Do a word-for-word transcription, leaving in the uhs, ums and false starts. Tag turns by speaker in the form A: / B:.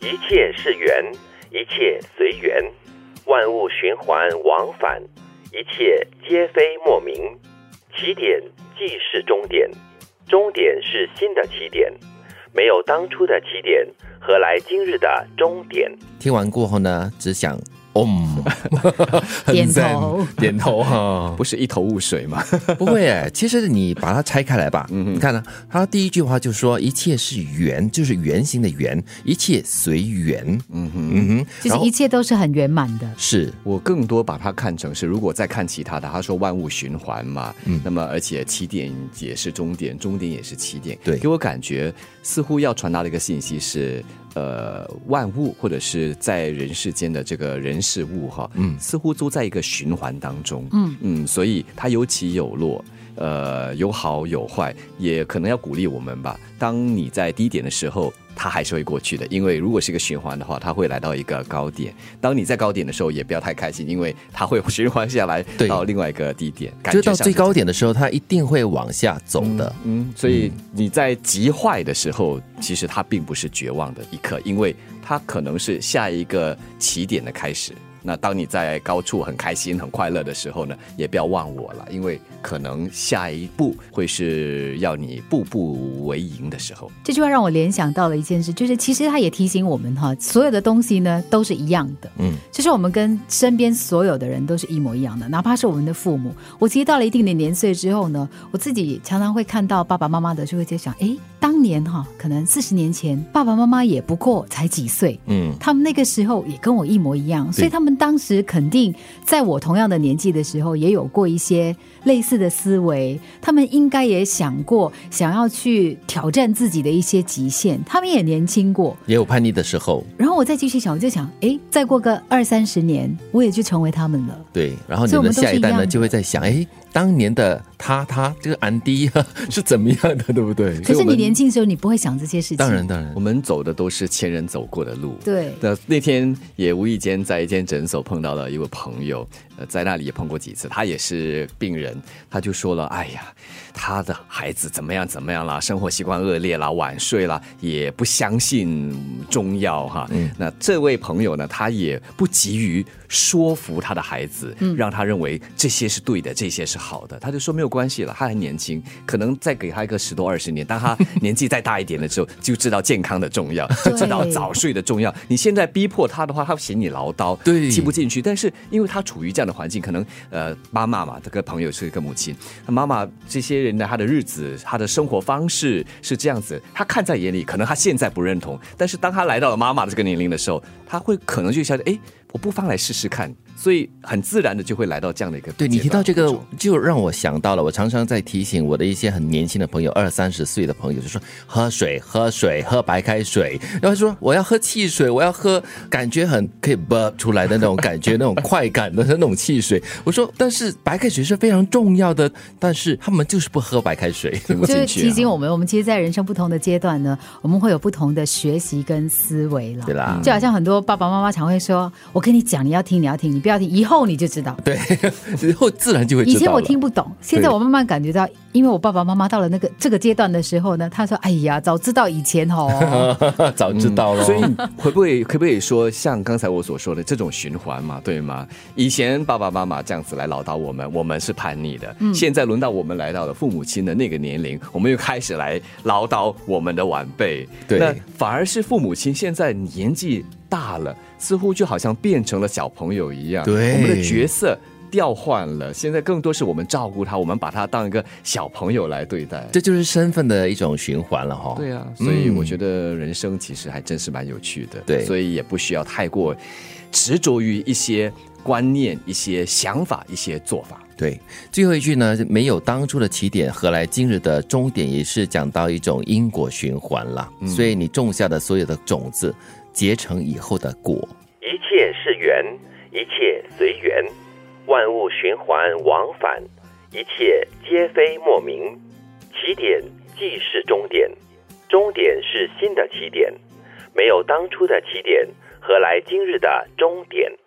A: 一切是缘，一切随缘，万物循环往返，一切皆非莫名。起点即是终点，终点是新的起点，没有当初的起点，何来今日的终点？
B: 听完过后呢，只想嗯，
C: 点头
B: 点头哈，
D: 不是一头雾水吗？
B: 不会诶，其实你把它拆开来吧，
D: 嗯、
B: 你看呢，他第一句话就说一切是圆，就是圆形的圆，一切随缘。
D: 嗯哼，
B: 嗯哼，
C: 其实一切都是很圆满的。
B: 是
D: 我更多把它看成是，如果再看其他的，他说万物循环嘛，嗯，那么而且起点也是终点，终点也是起点，
B: 对，
D: 给我感觉似乎要传达的一个信息是。呃，万物或者是在人世间的这个人事物哈，嗯，似乎都在一个循环当中，嗯嗯，所以它有起有落，呃，有好有坏，也可能要鼓励我们吧。当你在低点的时候，它还是会过去的，因为如果是一个循环的话，它会来到一个高点。当你在高点的时候，也不要太开心，因为它会循环下来到另外一个低点，
B: 就到最高点的时候，它一定会往下走的。
D: 嗯，嗯所以你在极坏的时候，其实它并不是绝望的一刻，因为它可能是下一个起点的开始。那当你在高处很开心很快乐的时候呢，也不要忘我了，因为可能下一步会是要你步步为营的时候。
C: 这句话让我联想到了一件事，就是其实它也提醒我们哈，所有的东西呢都是一样的，嗯，就是我们跟身边所有的人都是一模一样的，哪怕是我们的父母。我其实到了一定的年岁之后呢，我自己常常会看到爸爸妈妈的，就会在想，诶，当年哈，可能四十年前爸爸妈妈也不过才几岁，嗯，他们那个时候也跟我一模一样，所以他们当时肯定在我同样的年纪的时候也有过一些类似的思维，他们应该也想过想要去挑战自己的一些极限，他们也年轻过，
B: 也有叛逆的时候。
C: 然后我再继续想，我就想，诶，再过个二三十年我也就成为他们了。
B: 对，然后你们的下一代呢就会在想，诶，当年的他他这个安迪是怎么样的，对不对？
C: 可是你年轻的时候你不会想这些事情。
B: 当然当然，
D: 我们走的都是前人走过的路。
C: 对，
D: 那那天也无意间在一间诊所碰到了一位朋友，呃，在那里也碰过几次，他也是病人，他就说了，哎呀，他的孩子怎么样怎么样啦，生活习惯恶劣啦，晚睡啦，也不相信中药哈。嗯，那这位朋友呢，他也不急于说服他的孩子，嗯，让他认为这些是对的，这些是好的，他就说没有关系了，他还年轻，可能再给他一个十多二十年，当他年纪再大一点的时候，就知道健康的重要，就知道早睡的重要。你现在逼迫他的话，他嫌你唠叨，
B: 对，
D: 听不进去。但是因为他处于这样的环境，可能呃妈妈嘛，这个朋友是一个母亲，妈妈这些人的他的日子，他的生活方式是这样子，他看在眼里，可能他现在不认同，但是当他来到了妈妈这个年龄的时候，他会可能就想，哎，我不妨来试试看，所以很自然的就会来到这样的一个。
B: 对，你提到这个，就让我想到了，我常常在提醒我的一些很年轻的朋友，二三十岁的朋友，就说喝水，喝水，喝白开水，然后说我要喝汽水，我要喝感觉很可以 burp 出来的那种感觉，那种快感的那种汽水。我说，但是白开水是非常重要的，但是他们就是不喝白开水，听不进去、啊。
C: 就是提醒我们，我们其实，在人生不同的阶段呢，我们会有不同的学习跟思维了。
B: 对啦，
C: 就好像很多爸爸妈妈常会说，我跟你讲，你要听，你要听，你不要听，以后你就知道。
B: 对，以后自然就会知道了。
C: 以前我听不懂，现在我慢慢感觉到，因为我爸爸妈妈到了那个这个阶段的时候呢，他说：“哎呀，早知道以前哦，
B: 早知道了。”
D: 所以会不会可不可以说，像刚才我所说的这种循环嘛，对吗？以前爸爸妈妈这样子来唠叨我们，我们是叛逆的。嗯、现在轮到我们来到了父母亲的那个年龄，我们又开始来唠叨我们的晚辈。
B: 对，
D: 那反而是父母亲现在年纪大了，似乎就好像变成了小朋友一样。
B: 对，
D: 我们的角色调换了，现在更多是我们照顾他，我们把他当一个小朋友来对待，
B: 这就是身份的一种循环了哈。
D: 对啊，所以我觉得人生其实还真是蛮有趣的。
B: 对，
D: 所以也不需要太过执着于一些观念、一些想法、一些做法。
B: 对，最后一句呢，没有当初的起点，何来今日的终点，也是讲到一种因果循环了。嗯、所以你种下的所有的种子，结成以后的果。
A: 一切是缘，一切随缘，万物循环往返，一切皆非莫名。起点即是终点，终点是新的起点，没有当初的起点，何来今日的终点？